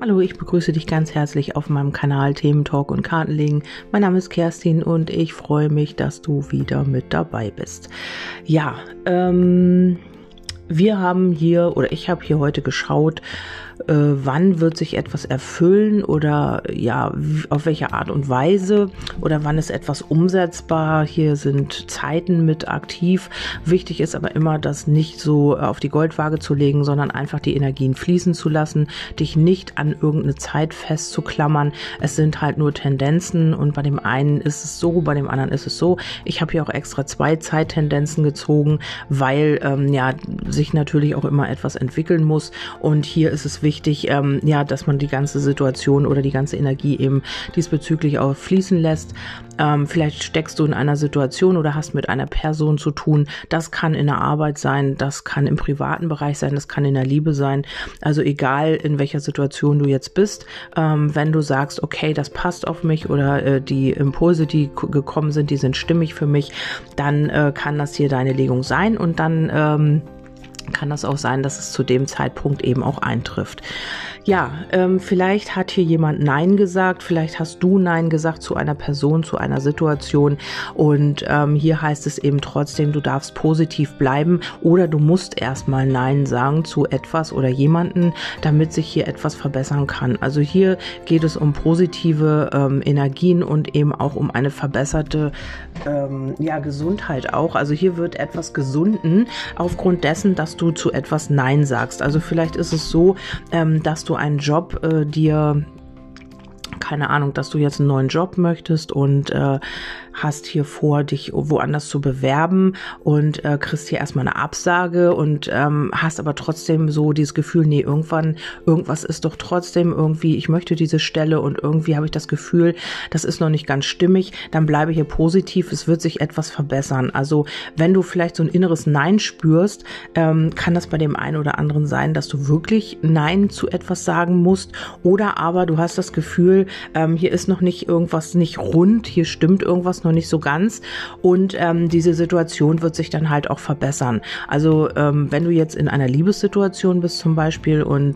Hallo, ich begrüße dich ganz herzlich auf meinem Kanal Themen Talk und Kartenlegen. Mein Name ist Kerstin und ich freue mich, dass du wieder mit dabei bist. Ja, wir haben hier oder ich habe hier heute geschaut, wann wird sich etwas erfüllen oder ja, auf welche Art und Weise oder wann ist etwas umsetzbar. Hier sind Zeiten mit aktiv. Wichtig ist aber immer, das nicht so auf die Goldwaage zu legen, sondern einfach die Energien fließen zu lassen, dich nicht an irgendeine Zeit festzuklammern. Es sind halt nur Tendenzen und bei dem einen ist es so, bei dem anderen ist es so. Ich habe hier auch extra 2 Zeittendenzen gezogen, weil ja sich natürlich auch immer etwas entwickeln muss und hier ist es wichtig, ja, dass man die ganze Situation oder die ganze Energie eben diesbezüglich auch fließen lässt. Vielleicht steckst du in einer Situation oder hast mit einer Person zu tun. Das kann in der Arbeit sein, das kann im privaten Bereich sein, das kann in der Liebe sein. Also egal, in welcher Situation du jetzt bist, wenn du sagst, okay, das passt auf mich oder die Impulse, die gekommen sind, die sind stimmig für mich, dann kann das hier deine Legung sein und dann kann das auch sein, dass es zu dem Zeitpunkt eben auch eintrifft. Ja, vielleicht hat hier jemand Nein gesagt, vielleicht hast du Nein gesagt zu einer Person, zu einer Situation und hier heißt es eben trotzdem, du darfst positiv bleiben oder du musst erstmal Nein sagen zu etwas oder jemanden, damit sich hier etwas verbessern kann. Also hier geht es um positive Energien und eben auch um eine verbesserte ja, Gesundheit auch. Also hier wird etwas gesunden aufgrund dessen, dass du zu etwas Nein sagst. Also vielleicht ist es so, dass du einen Job dir, keine Ahnung, dass du jetzt einen neuen Job möchtest und hast hier vor, dich woanders zu bewerben und kriegst hier erstmal eine Absage und hast aber trotzdem so dieses Gefühl, nee, irgendwas ist doch trotzdem irgendwie, ich möchte diese Stelle und irgendwie habe ich das Gefühl, das ist noch nicht ganz stimmig, dann bleibe hier positiv, es wird sich etwas verbessern. Also wenn du vielleicht so ein inneres Nein spürst, kann das bei dem einen oder anderen sein, dass du wirklich Nein zu etwas sagen musst oder aber du hast das Gefühl, hier ist noch nicht irgendwas nicht rund, hier stimmt irgendwas noch nicht so ganz und diese Situation wird sich dann halt auch verbessern. Also wenn du jetzt in einer Liebessituation bist zum Beispiel und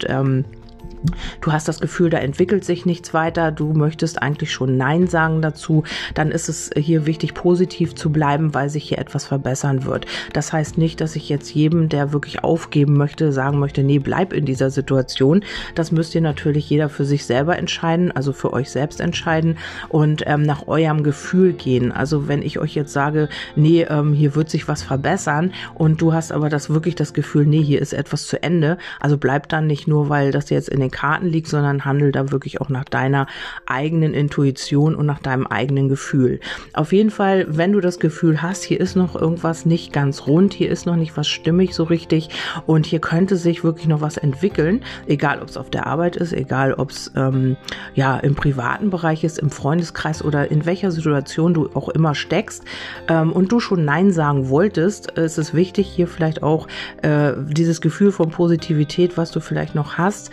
du hast das Gefühl, da entwickelt sich nichts weiter, du möchtest eigentlich schon Nein sagen dazu, dann ist es hier wichtig, positiv zu bleiben, weil sich hier etwas verbessern wird. Das heißt nicht, dass ich jetzt jedem, der wirklich aufgeben möchte, sagen möchte, nee, bleib in dieser Situation. Das müsst ihr natürlich jeder für sich selber entscheiden, also für euch selbst entscheiden und nach eurem Gefühl gehen. Also wenn ich euch jetzt sage, nee, hier wird sich was verbessern und du hast aber wirklich das Gefühl, nee, hier ist etwas zu Ende, also bleib dann nicht nur, weil das jetzt in den Karten liegt, sondern handel da wirklich auch nach deiner eigenen Intuition und nach deinem eigenen Gefühl. Auf jeden Fall, wenn du das Gefühl hast, hier ist noch irgendwas nicht ganz rund, hier ist noch nicht was stimmig so richtig und hier könnte sich wirklich noch was entwickeln, egal ob es auf der Arbeit ist, egal ob es ja im privaten Bereich ist, im Freundeskreis oder in welcher Situation du auch immer steckst und du schon Nein sagen wolltest, ist es wichtig, hier vielleicht auch dieses Gefühl von Positivität, was du vielleicht noch hast,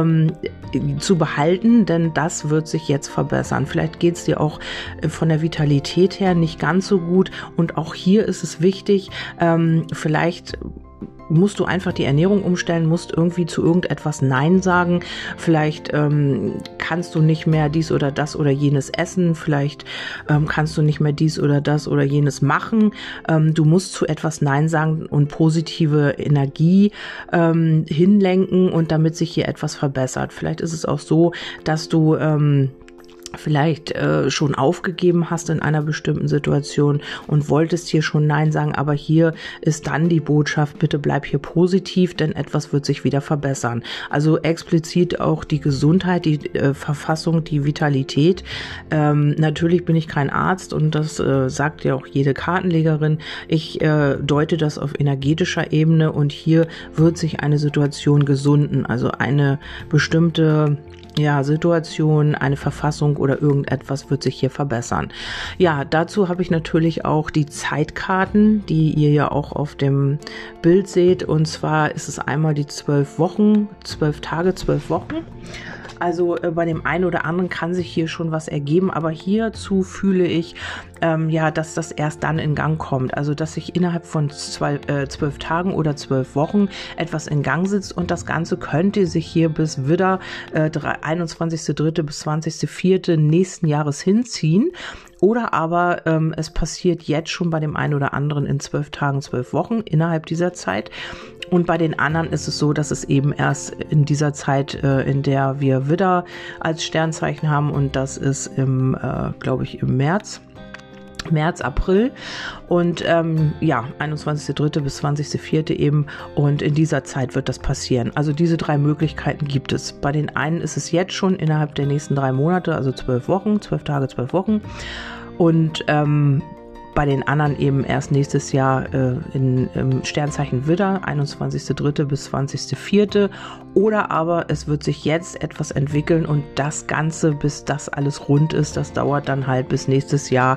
zu behalten, denn das wird sich jetzt verbessern. Vielleicht geht es dir auch von der Vitalität her nicht ganz so gut und auch hier ist es wichtig, vielleicht musst du einfach die Ernährung umstellen, musst irgendwie zu irgendetwas Nein sagen. Vielleicht kannst du nicht mehr dies oder das oder jenes essen. Vielleicht kannst du nicht mehr dies oder das oder jenes machen. Du musst zu etwas Nein sagen und positive Energie hinlenken und damit sich hier etwas verbessert. Vielleicht ist es auch so, dass du vielleicht schon aufgegeben hast in einer bestimmten Situation und wolltest hier schon Nein sagen, aber hier ist dann die Botschaft, bitte bleib hier positiv, denn etwas wird sich wieder verbessern. Also explizit auch die Gesundheit, die Verfassung, die Vitalität. Natürlich bin ich kein Arzt und das sagt ja auch jede Kartenlegerin. Ich deute das auf energetischer Ebene und hier wird sich eine Situation gesunden, also eine bestimmte Situation, eine Verfassung oder irgendetwas wird sich hier verbessern. Ja, dazu habe ich natürlich auch die Zeitkarten, die ihr ja auch auf dem Bild seht. Und zwar ist es einmal die 12 Wochen, 12 Tage, 12 Wochen. Also bei dem einen oder anderen kann sich hier schon was ergeben, aber hierzu fühle ich, ja, dass das erst dann in Gang kommt. Also dass sich innerhalb von 12 Tagen oder 12 Wochen etwas in Gang sitzt und das Ganze könnte sich hier bis Widder 21.3. bis 20.4. nächsten Jahres hinziehen. Oder aber es passiert jetzt schon bei dem einen oder anderen in 12 Tagen, 12 Wochen innerhalb dieser Zeit. Und bei den anderen ist es so, dass es eben erst in dieser Zeit, in der wir Widder als Sternzeichen haben, und das ist im, glaube ich, im März, April und ja, 21.3. bis 20.4. eben, und in dieser Zeit wird das passieren. Also diese 3 Möglichkeiten gibt es. Bei den einen ist es jetzt schon innerhalb der nächsten 3 Monate, also 12 Wochen, 12 Tage, 12 Wochen, und bei den anderen eben erst nächstes Jahr im Sternzeichen Widder, 21.3. bis 20.4. Oder aber es wird sich jetzt etwas entwickeln und das Ganze, bis das alles rund ist, das dauert dann halt bis nächstes Jahr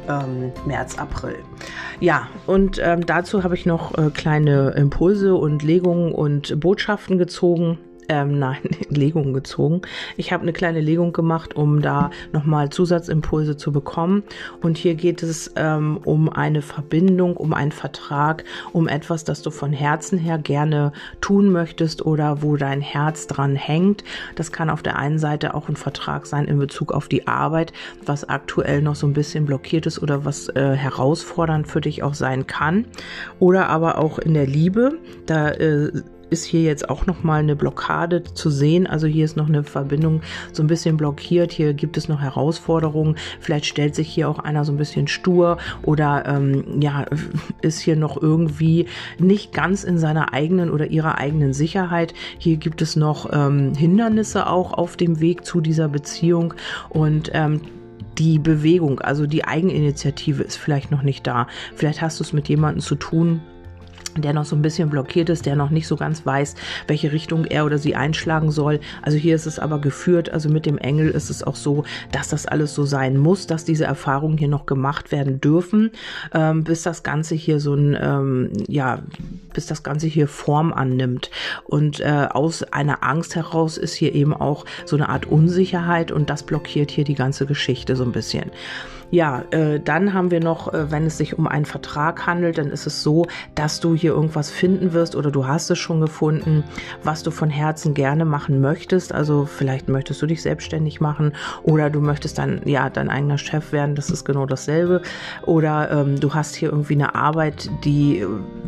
März, April. Ja, und dazu habe ich noch kleine Impulse und Legungen und Botschaften gezogen. Legungen gezogen. Ich habe eine kleine Legung gemacht, um da nochmal Zusatzimpulse zu bekommen. Und hier geht es um eine Verbindung, um einen Vertrag, um etwas, das du von Herzen her gerne tun möchtest oder wo dein Herz dran hängt. Das kann auf der einen Seite auch ein Vertrag sein in Bezug auf die Arbeit, was aktuell noch so ein bisschen blockiert ist oder was herausfordernd für dich auch sein kann. Oder aber auch in der Liebe. Da ist hier jetzt auch noch mal eine Blockade zu sehen. Also hier ist noch eine Verbindung so ein bisschen blockiert. Hier gibt es noch Herausforderungen. Vielleicht stellt sich hier auch einer so ein bisschen stur oder ja, ist hier noch irgendwie nicht ganz in seiner eigenen oder ihrer eigenen Sicherheit. Hier gibt es noch Hindernisse auch auf dem Weg zu dieser Beziehung und die Bewegung, also die Eigeninitiative ist vielleicht noch nicht da. Vielleicht hast du es mit jemandem zu tun, der noch so ein bisschen blockiert ist, der noch nicht so ganz weiß, welche Richtung er oder sie einschlagen soll. Also hier ist es aber geführt, also mit dem Engel ist es auch so, dass das alles so sein muss, dass diese Erfahrungen hier noch gemacht werden dürfen, bis das Ganze hier so ein, ja, bis das Ganze hier Form annimmt. Und aus einer Angst heraus ist hier eben auch so eine Art Unsicherheit und das blockiert hier die ganze Geschichte so ein bisschen. Ja, dann haben wir noch, wenn es sich um einen Vertrag handelt, dann ist es so, dass du hier irgendwas finden wirst oder du hast es schon gefunden, was du von Herzen gerne machen möchtest. Also vielleicht möchtest du dich selbstständig machen oder du möchtest dann ja dein eigener Chef werden, das ist genau dasselbe. Oder du hast hier irgendwie eine Arbeit, die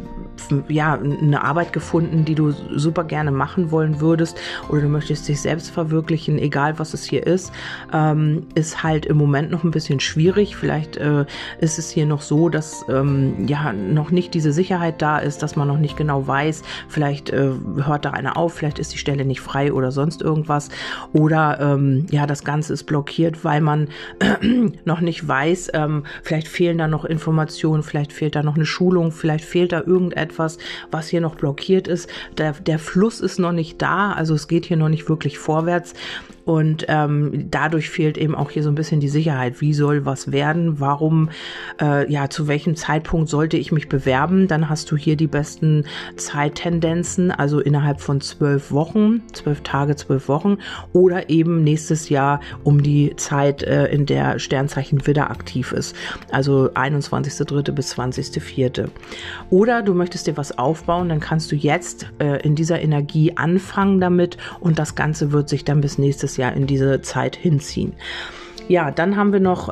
ja, eine Arbeit gefunden, die du super gerne machen wollen würdest oder du möchtest dich selbst verwirklichen, egal was es hier ist halt im Moment noch ein bisschen schwierig. Vielleicht ist es hier noch so, dass ja noch nicht diese Sicherheit da ist, dass man noch nicht genau weiß, vielleicht hört da einer auf, vielleicht ist die Stelle nicht frei oder sonst irgendwas oder ja, das Ganze ist blockiert, weil man noch nicht weiß, vielleicht fehlen da noch Informationen, vielleicht fehlt da noch eine Schulung, vielleicht fehlt da irgendetwas, was hier noch blockiert ist. Der Fluss ist noch nicht da, also es geht hier noch nicht wirklich vorwärts. Und dadurch fehlt eben auch hier so ein bisschen die Sicherheit. Wie soll was werden? Warum, ja, zu welchem Zeitpunkt sollte ich mich bewerben? Dann hast du hier die besten Zeittendenzen, also innerhalb von 12 Wochen, 12 Tage, 12 Wochen oder eben nächstes Jahr um die Zeit, in der Sternzeichen Widder aktiv ist. Also 21.3. bis 20.4. Oder du möchtest dir was aufbauen, dann kannst du jetzt in dieser Energie anfangen damit und das Ganze wird sich dann bis nächstes Jahr in diese Zeit hinziehen. Ja, dann haben wir noch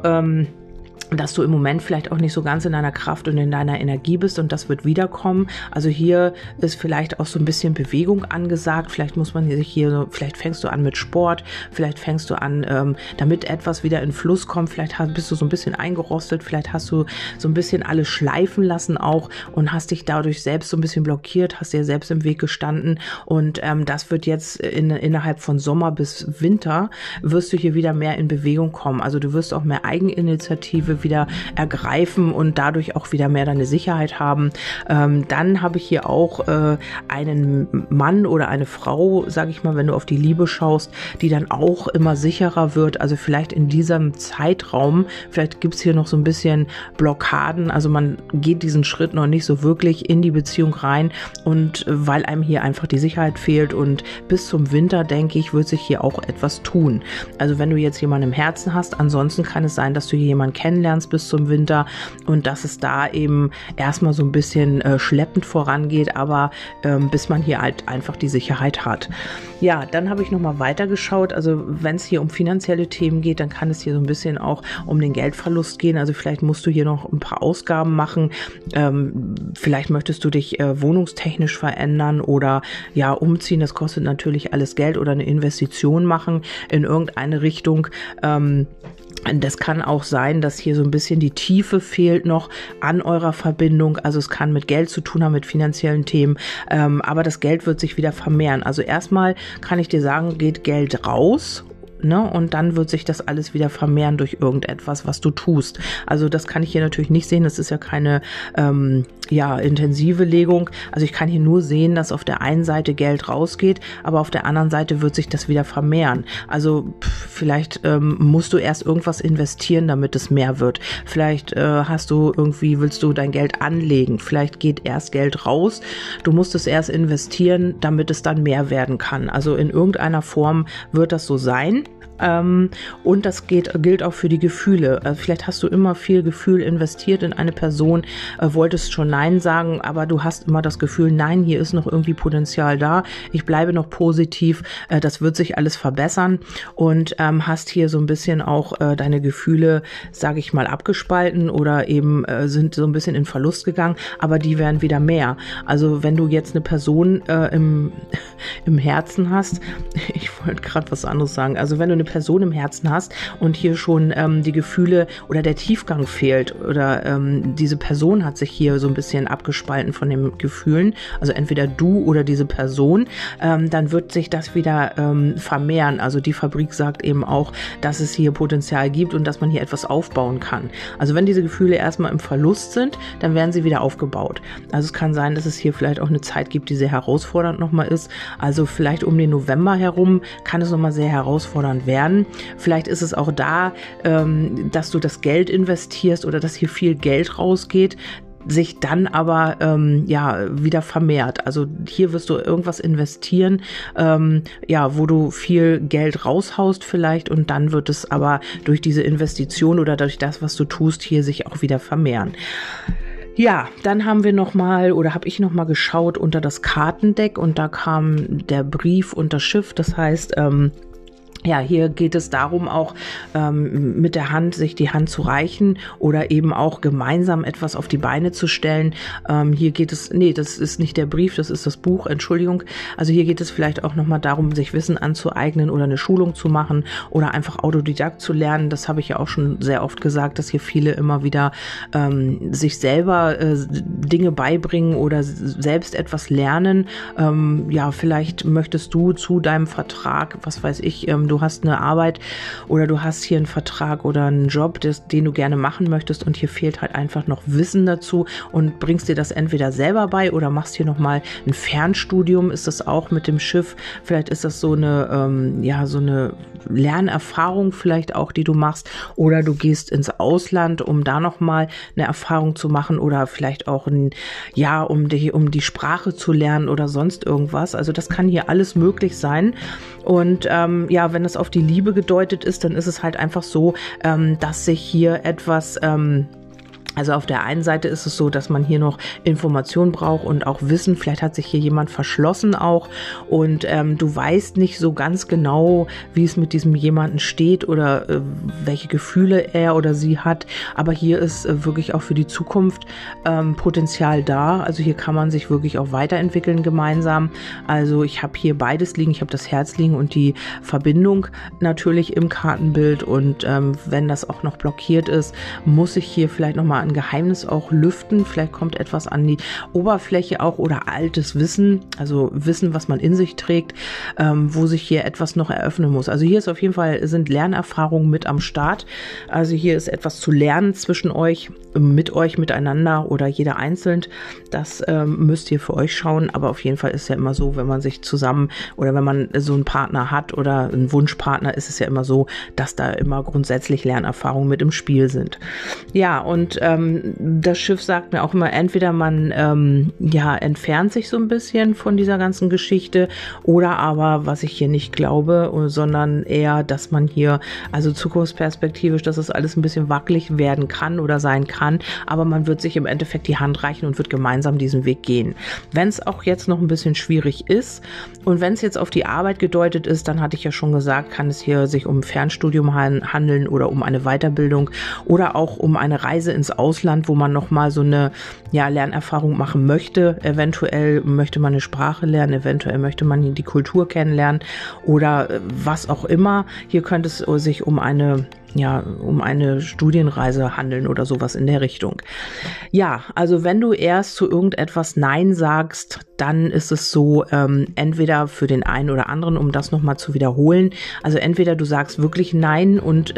dass du im Moment vielleicht auch nicht so ganz in deiner Kraft und in deiner Energie bist und das wird wiederkommen. Also hier ist vielleicht auch so ein bisschen Bewegung angesagt. Vielleicht muss man sich hier, vielleicht fängst du an mit Sport, vielleicht fängst du an, damit etwas wieder in Fluss kommt. Vielleicht bist du so ein bisschen eingerostet, vielleicht hast du so ein bisschen alles schleifen lassen auch und hast dich dadurch selbst so ein bisschen blockiert, hast dir selbst im Weg gestanden und das wird jetzt innerhalb von Sommer bis Winter wirst du hier wieder mehr in Bewegung kommen. Also du wirst auch mehr Eigeninitiative irgendwie wieder ergreifen und dadurch auch wieder mehr deine Sicherheit haben. Dann habe ich hier auch einen Mann oder eine Frau, sage ich mal, wenn du auf die Liebe schaust, die dann auch immer sicherer wird. Also vielleicht in diesem Zeitraum, vielleicht gibt es hier noch so ein bisschen Blockaden, also man geht diesen Schritt noch nicht so wirklich in die Beziehung rein und weil einem hier einfach die Sicherheit fehlt und bis zum Winter, denke ich, wird sich hier auch etwas tun. Also wenn du jetzt jemanden im Herzen hast, ansonsten kann es sein, dass du hier jemanden kennenlernst bis zum Winter und dass es da eben erstmal so ein bisschen schleppend vorangeht, aber bis man hier halt einfach die Sicherheit hat. Ja, dann habe ich nochmal weitergeschaut, also wenn es hier um finanzielle Themen geht, dann kann es hier so ein bisschen auch um den Geldverlust gehen, also vielleicht musst du hier noch ein paar Ausgaben machen, vielleicht möchtest du dich wohnungstechnisch verändern oder ja umziehen, das kostet natürlich alles Geld oder eine Investition machen in irgendeine Richtung. Das kann auch sein, dass hier so ein bisschen die Tiefe fehlt noch an eurer Verbindung. Also es kann mit Geld zu tun haben, mit finanziellen Themen, aber das Geld wird sich wieder vermehren. Also erstmal kann ich dir sagen, geht Geld raus. Ne? Und dann wird sich das alles wieder vermehren durch irgendetwas, was du tust. Also das kann ich hier natürlich nicht sehen. Das ist ja keine intensive Legung. Also ich kann hier nur sehen, dass auf der einen Seite Geld rausgeht, aber auf der anderen Seite wird sich das wieder vermehren. Also vielleicht musst du erst irgendwas investieren, damit es mehr wird. Vielleicht willst du dein Geld anlegen. Vielleicht geht erst Geld raus. Du musst es erst investieren, damit es dann mehr werden kann. Also in irgendeiner Form wird das so sein. Und das gilt auch für die Gefühle. Also vielleicht hast du immer viel Gefühl investiert in eine Person, wolltest schon Nein sagen, aber du hast immer das Gefühl, nein, hier ist noch irgendwie Potenzial da, ich bleibe noch positiv, das wird sich alles verbessern und hast hier so ein bisschen auch deine Gefühle, sage ich mal, abgespalten oder eben sind so ein bisschen in Verlust gegangen, aber die werden wieder mehr. Also wenn du jetzt eine Person im Herzen hast, ich wollte gerade was anderes sagen, also wenn du eine Person im Herzen hast und hier schon die Gefühle oder der Tiefgang fehlt oder diese Person hat sich hier so ein bisschen abgespalten von den Gefühlen, also entweder du oder diese Person, dann wird sich das wieder vermehren. Also die Fabrik sagt eben auch, dass es hier Potenzial gibt und dass man hier etwas aufbauen kann. Also wenn diese Gefühle erstmal im Verlust sind, dann werden sie wieder aufgebaut. Also es kann sein, dass es hier vielleicht auch eine Zeit gibt, die sehr herausfordernd nochmal ist. Also vielleicht um den November herum kann es nochmal sehr herausfordernd werden. Vielleicht ist es auch da, dass du das Geld investierst oder dass hier viel Geld rausgeht, sich dann aber wieder vermehrt. Also hier wirst du irgendwas investieren, wo du viel Geld raushaust vielleicht und dann wird es aber durch diese Investition oder durch das, was du tust, hier sich auch wieder vermehren. Ja, dann habe ich nochmal geschaut unter das Kartendeck und da kam der Brief und das Schiff, das heißt, hier geht es darum, auch mit der Hand, sich die Hand zu reichen oder eben auch gemeinsam etwas auf die Beine zu stellen. Hier geht es, das ist nicht der Brief, das ist das Buch, Entschuldigung. Also hier geht es vielleicht auch nochmal darum, sich Wissen anzueignen oder eine Schulung zu machen oder einfach Autodidakt zu lernen. Das habe ich ja auch schon sehr oft gesagt, dass hier viele immer wieder sich selber Dinge beibringen oder selbst etwas lernen. Vielleicht möchtest du zu deinem Vertrag, was weiß ich, du hast eine Arbeit oder du hast hier einen Vertrag oder einen Job, den du gerne machen möchtest und hier fehlt halt einfach noch Wissen dazu und bringst dir das entweder selber bei oder machst hier nochmal ein Fernstudium, ist das auch mit dem Schiff, vielleicht ist das so eine Lernerfahrung vielleicht auch, die du machst oder du gehst ins Ausland, um da nochmal eine Erfahrung zu machen oder vielleicht auch um die Sprache zu lernen oder sonst irgendwas, also das kann hier alles möglich sein und wenn es auf die Liebe gedeutet ist, dann ist es halt einfach so, dass sich hier etwas Also auf der einen Seite ist es so, dass man hier noch Informationen braucht und auch Wissen. Vielleicht hat sich hier jemand verschlossen auch und du weißt nicht so ganz genau, wie es mit diesem jemanden steht oder welche Gefühle er oder sie hat. Aber hier ist wirklich auch für die Zukunft Potenzial da. Also hier kann man sich wirklich auch weiterentwickeln gemeinsam. Also ich habe hier beides liegen. Ich habe das Herz liegen und die Verbindung natürlich im Kartenbild. Und wenn das auch noch blockiert ist, muss ich hier vielleicht nochmal ein Geheimnis auch lüften. Vielleicht kommt etwas an die Oberfläche auch oder altes Wissen, also Wissen, was man in sich trägt, wo sich hier etwas noch eröffnen muss. Also hier ist auf jeden Fall, sind Lernerfahrungen mit am Start. Also hier ist etwas zu lernen zwischen euch, miteinander oder jeder einzeln. Das müsst ihr für euch schauen. Aber auf jeden Fall ist ja immer so, wenn man sich zusammen oder wenn man so einen Partner hat oder einen Wunschpartner, ist es ja immer so, dass da immer grundsätzlich Lernerfahrungen mit im Spiel sind. Ja, und das Schiff sagt mir auch immer, entweder man entfernt sich so ein bisschen von dieser ganzen Geschichte oder aber, was ich hier nicht glaube, sondern eher, dass man hier, also zukunftsperspektivisch, dass es alles ein bisschen wackelig werden kann oder sein kann, aber man wird sich im Endeffekt die Hand reichen und wird gemeinsam diesen Weg gehen. Wenn es auch jetzt noch ein bisschen schwierig ist und wenn es jetzt auf die Arbeit gedeutet ist, dann hatte ich ja schon gesagt, kann es hier sich um Fernstudium handeln oder um eine Weiterbildung oder auch um eine Reise ins Ausland, wo man nochmal so eine Lernerfahrung machen möchte. Eventuell möchte man eine Sprache lernen, eventuell möchte man die Kultur kennenlernen oder was auch immer. Hier könnte es sich um eine Studienreise handeln oder sowas in der Richtung. Ja, also wenn du erst zu irgendetwas Nein sagst, dann ist es so, entweder für den einen oder anderen, um das nochmal zu wiederholen, also entweder du sagst wirklich Nein und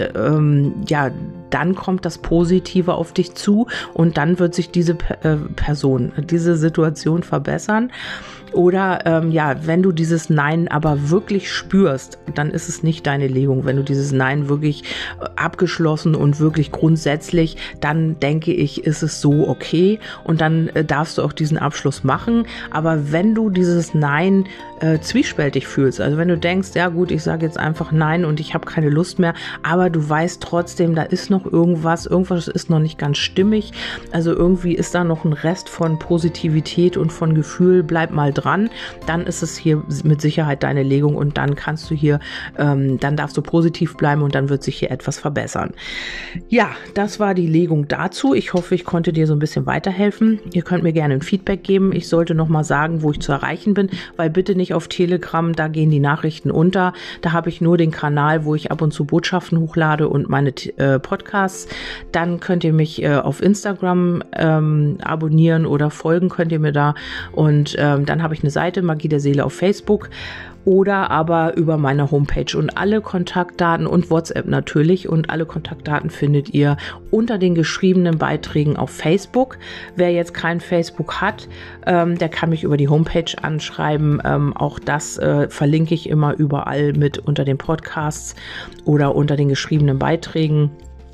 dann kommt das Positive auf dich zu und dann wird sich diese diese Situation verbessern. Oder wenn du dieses Nein aber wirklich spürst, dann ist es nicht deine Legung. Wenn du dieses Nein wirklich abgeschlossen und wirklich grundsätzlich, dann denke ich, ist es so okay und dann darfst du auch diesen Abschluss machen. Aber wenn du dieses Nein zwiespältig fühlst, also wenn du denkst, ja gut, ich sage jetzt einfach Nein und ich habe keine Lust mehr, aber du weißt trotzdem, da ist noch irgendwas ist noch nicht ganz stimmig, also irgendwie ist da noch ein Rest von Positivität und von Gefühl, bleib mal dran, dann ist es hier mit Sicherheit deine Legung und dann kannst du hier, dann darfst du positiv bleiben und dann wird sich hier etwas verbessern. Ja, das war die Legung dazu. Ich hoffe, ich konnte dir so ein bisschen weiterhelfen. Ihr könnt mir gerne ein Feedback geben. Ich sollte noch mal sagen, wo ich zu erreichen bin, weil bitte nicht auf Telegram, da gehen die Nachrichten unter. Da habe ich nur den Kanal, wo ich ab und zu Botschaften hochlade und meine Podcasts. Dann könnt ihr mich auf Instagram abonnieren oder folgen könnt ihr mir da und dann habe ich eine Seite, Magie der Seele auf Facebook oder aber über meine Homepage und alle Kontaktdaten und WhatsApp natürlich und alle Kontaktdaten findet ihr unter den geschriebenen Beiträgen auf Facebook. Wer jetzt kein Facebook hat, der kann mich über die Homepage anschreiben. Auch das verlinke ich immer überall mit unter den Podcasts oder unter den geschriebenen Beiträgen.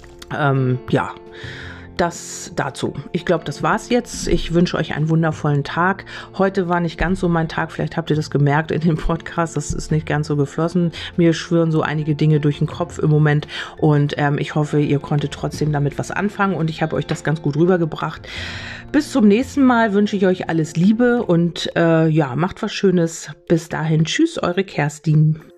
Das dazu. Ich glaube, das war's jetzt. Ich wünsche euch einen wundervollen Tag. Heute war nicht ganz so mein Tag. Vielleicht habt ihr das gemerkt in dem Podcast. Das ist nicht ganz so geflossen. Mir schwirren so einige Dinge durch den Kopf im Moment. Und ich hoffe, ihr konntet trotzdem damit was anfangen. Und ich habe euch das ganz gut rübergebracht. Bis zum nächsten Mal wünsche ich euch alles Liebe und macht was Schönes. Bis dahin. Tschüss, eure Kerstin.